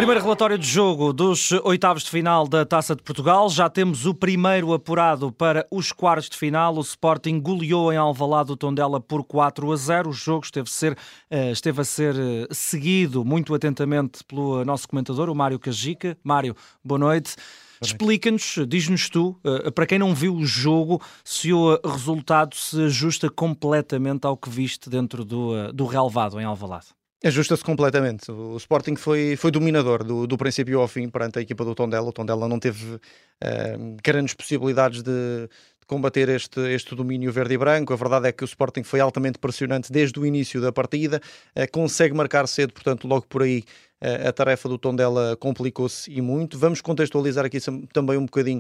Primeiro relatório de jogo dos oitavos de final da Taça de Portugal. Já temos o primeiro apurado para os quartos de final. O Sporting goleou em Alvalade o Tondela por 4-0. O jogo esteve a ser seguido muito atentamente pelo nosso comentador, o Mário Cajica. Mário, boa noite. Explica-nos, diz-nos tu, para quem não viu o jogo, se o resultado se ajusta completamente ao que viste dentro do relvado em Alvalade. Ajusta-se completamente. O Sporting foi dominador do princípio ao fim perante a equipa do Tondela. O Tondela não teve grandes possibilidades de combater este domínio verde e branco. A verdade é que o Sporting foi altamente pressionante desde o início da partida, consegue marcar cedo, portanto logo por aí a tarefa do Tondela complicou-se e muito. Vamos contextualizar aqui também um bocadinho,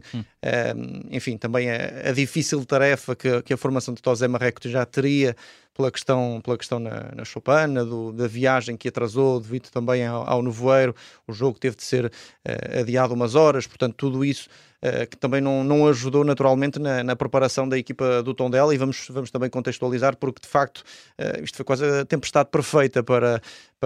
enfim, também a difícil tarefa que a formação de José Marreco já teria pela questão na Choupana, da viagem que atrasou devido também ao nevoeiro. O jogo teve de ser adiado umas horas, portanto tudo isso que também não ajudou naturalmente na preparação da equipa do Tondela, e vamos também contextualizar, porque de facto isto foi quase a tempestade perfeita para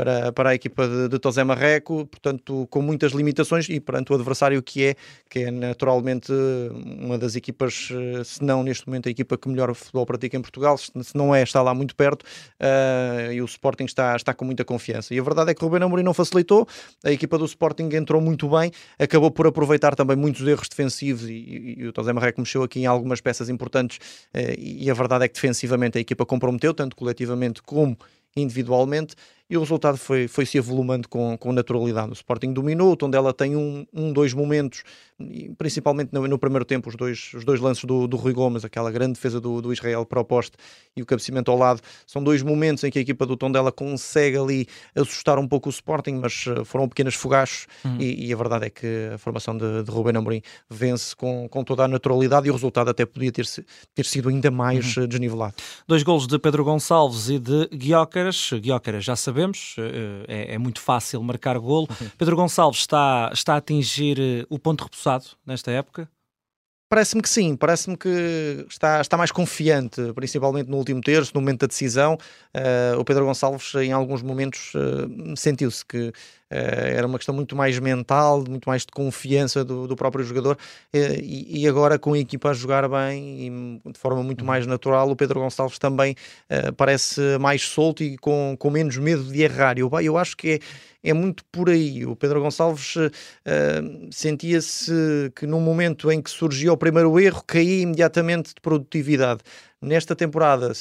a equipa de José Marreco, portanto com muitas limitações e perante o adversário que é naturalmente uma das equipas, se não neste momento a equipa que melhor futebol pratica em Portugal, se não é, está lá muito perto, e o Sporting está com muita confiança. E a verdade é que Rubén Amorim não facilitou, a equipa do Sporting entrou muito bem, acabou por aproveitar também muitos erros defensivos e o José Marreco mexeu aqui em algumas peças importantes, e a verdade é que defensivamente a equipa comprometeu, tanto coletivamente como individualmente, e o resultado foi-se avolumando com naturalidade. O Sporting dominou, o Tondela tem dois momentos, principalmente no primeiro tempo, os dois lances do Rui Gomes, aquela grande defesa do Israel para o poste e o cabeceamento ao lado, são dois momentos em que a equipa do Tondela consegue ali assustar um pouco o Sporting, mas foram pequenos fogachos, e a verdade é que a formação de Rubén Amorim vence com toda a naturalidade, e o resultado até podia ter sido ainda mais desnivelado. 2 golos de Pedro Gonçalves e de Gyökeres. Gyökeres, já sabemos, é muito fácil marcar golo. Pedro Gonçalves está a atingir o ponto repousado nesta época? Parece-me que sim, parece-me que está mais confiante, principalmente no último terço, no momento da decisão. O Pedro Gonçalves em alguns momentos sentiu-se que era uma questão muito mais mental, muito mais de confiança do próprio jogador, e agora com a equipa a jogar bem e de forma muito mais natural, o Pedro Gonçalves também parece mais solto e com menos medo de errar. Eu acho que é muito por aí. O Pedro Gonçalves sentia-se que no momento em que surgiu o primeiro erro, caía imediatamente de produtividade. Nesta temporada,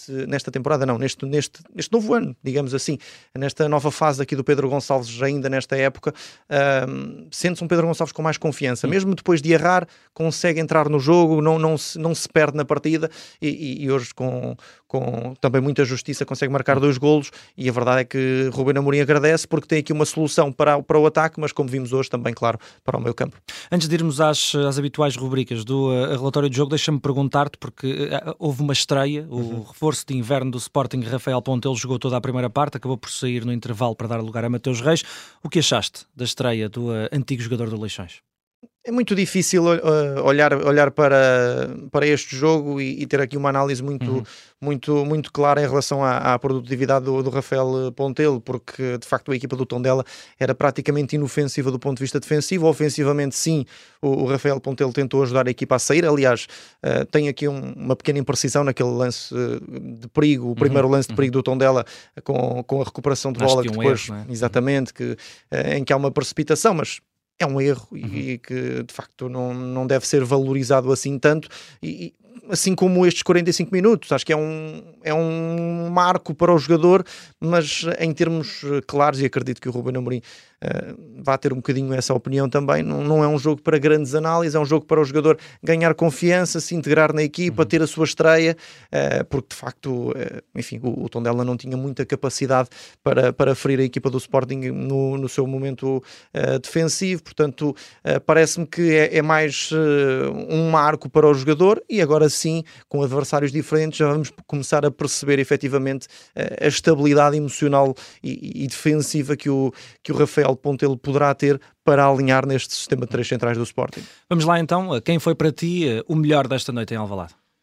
neste novo ano, digamos assim, nesta nova fase aqui do Pedro Gonçalves, ainda nesta época, sente-se um Pedro Gonçalves com mais confiança. Mesmo depois de errar, consegue entrar no jogo, não se perde na partida, e hoje com também muita justiça consegue marcar 2 golos, e a verdade é que Rubén Amorim agradece porque tem aqui uma solução para o ataque, mas como vimos hoje também, claro, para o meio campo. Antes de irmos às habituais rubricas do relatório de jogo, deixa-me perguntar-te, porque houve uma estreia, o reforço de inverno do Sporting, Rafael Pontelo, jogou toda a primeira parte, acabou por sair no intervalo para dar lugar a Mateus Reis. O que achaste da estreia do antigo jogador do Leixões? É muito difícil olhar para este jogo e ter aqui uma análise muito clara em relação à produtividade do Rafael Pontelo, porque de facto a equipa do Tondela era praticamente inofensiva do ponto de vista defensivo. Ofensivamente, sim, o Rafael Pontelo tentou ajudar a equipa a sair. Aliás, tem aqui uma pequena imprecisão naquele lance de perigo, o primeiro lance de perigo do Tondela, com a recuperação de bola, que depois, erro, exatamente, em que há uma precipitação, mas é um erro e que de facto não deve ser valorizado assim tanto, e assim como estes 45 minutos, acho que é um marco para o jogador, mas em termos claros, e acredito que o Rubén Amorim vai ter um bocadinho essa opinião também, não é um jogo para grandes análises, é um jogo para o jogador ganhar confiança, se integrar na equipa, ter a sua estreia, porque de facto, enfim, o Tondela não tinha muita capacidade para ferir a equipa do Sporting no seu momento defensivo, portanto parece-me que é mais um marco para o jogador, e agora sim, com adversários diferentes, já vamos começar a perceber efetivamente a estabilidade emocional e defensiva que o Rafael Pontelo poderá ter para alinhar neste sistema de 3 centrais do Sporting. Vamos lá então, quem foi para ti o melhor desta noite em Alvalade?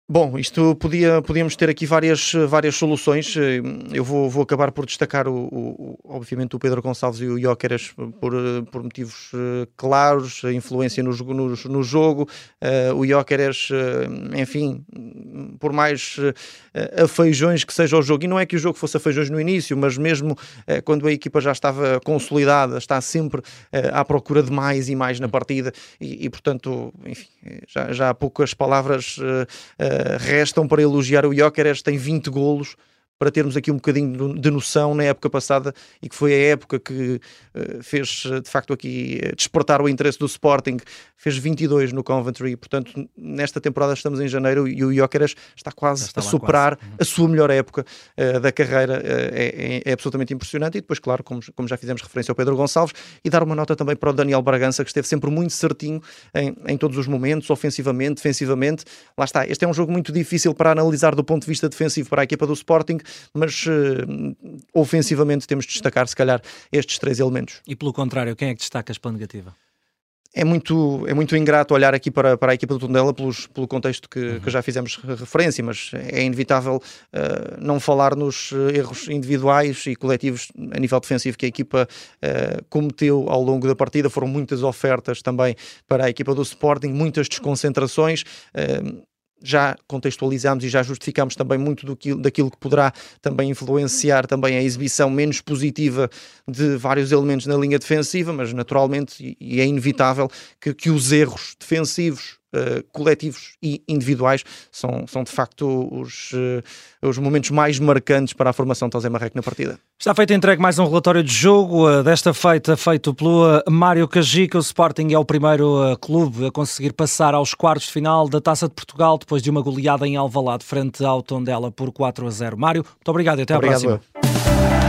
Bom, isto podíamos ter aqui várias soluções. Eu vou acabar por destacar obviamente o Pedro Gonçalves e o Gyökeres por motivos claros, a influência no jogo. O Gyökeres, enfim, por mais afeijões que seja o jogo, e não é que o jogo fosse afeijões no início, mas mesmo quando a equipa já estava consolidada, está sempre à procura de mais e mais na partida, e portanto, enfim, já há poucas palavras restam para elogiar o Gyökeres. Tem 20 golos, para termos aqui um bocadinho de noção, na época passada, e que foi a época que fez de facto aqui despertar o interesse do Sporting, fez 22 no Coventry. Portanto, nesta temporada estamos em janeiro e o Gyökeres está quase a superar a sua melhor época da carreira. É absolutamente impressionante. E depois, claro, como já fizemos referência ao Pedro Gonçalves, e dar uma nota também para o Daniel Bragança, que esteve sempre muito certinho em todos os momentos, ofensivamente, defensivamente. Lá está, este é um jogo muito difícil para analisar do ponto de vista defensivo para a equipa do Sporting, mas ofensivamente temos de destacar, se calhar, estes 3 elementos. E pelo contrário, quem é que destacas pela negativa? É muito ingrato olhar aqui para a equipa do Tondela pelo contexto que já fizemos referência, mas é inevitável não falar nos erros individuais e coletivos a nível defensivo que a equipa cometeu ao longo da partida. Foram muitas ofertas também para a equipa do Sporting, muitas desconcentrações. Já contextualizamos e já justificamos também muito daquilo que poderá também influenciar também a exibição menos positiva de vários elementos na linha defensiva, mas naturalmente, e é inevitável, que os erros defensivos, coletivos e individuais são de facto os momentos mais marcantes para a formação de José Marreco na partida. Está feito entregue mais um relatório de jogo, desta feita feito pelo Mário Cajica. O Sporting é o primeiro clube a conseguir passar aos quartos de final da Taça de Portugal depois de uma goleada em Alvalade frente ao Tondela por 4-0. Mário, muito obrigado e até à próxima.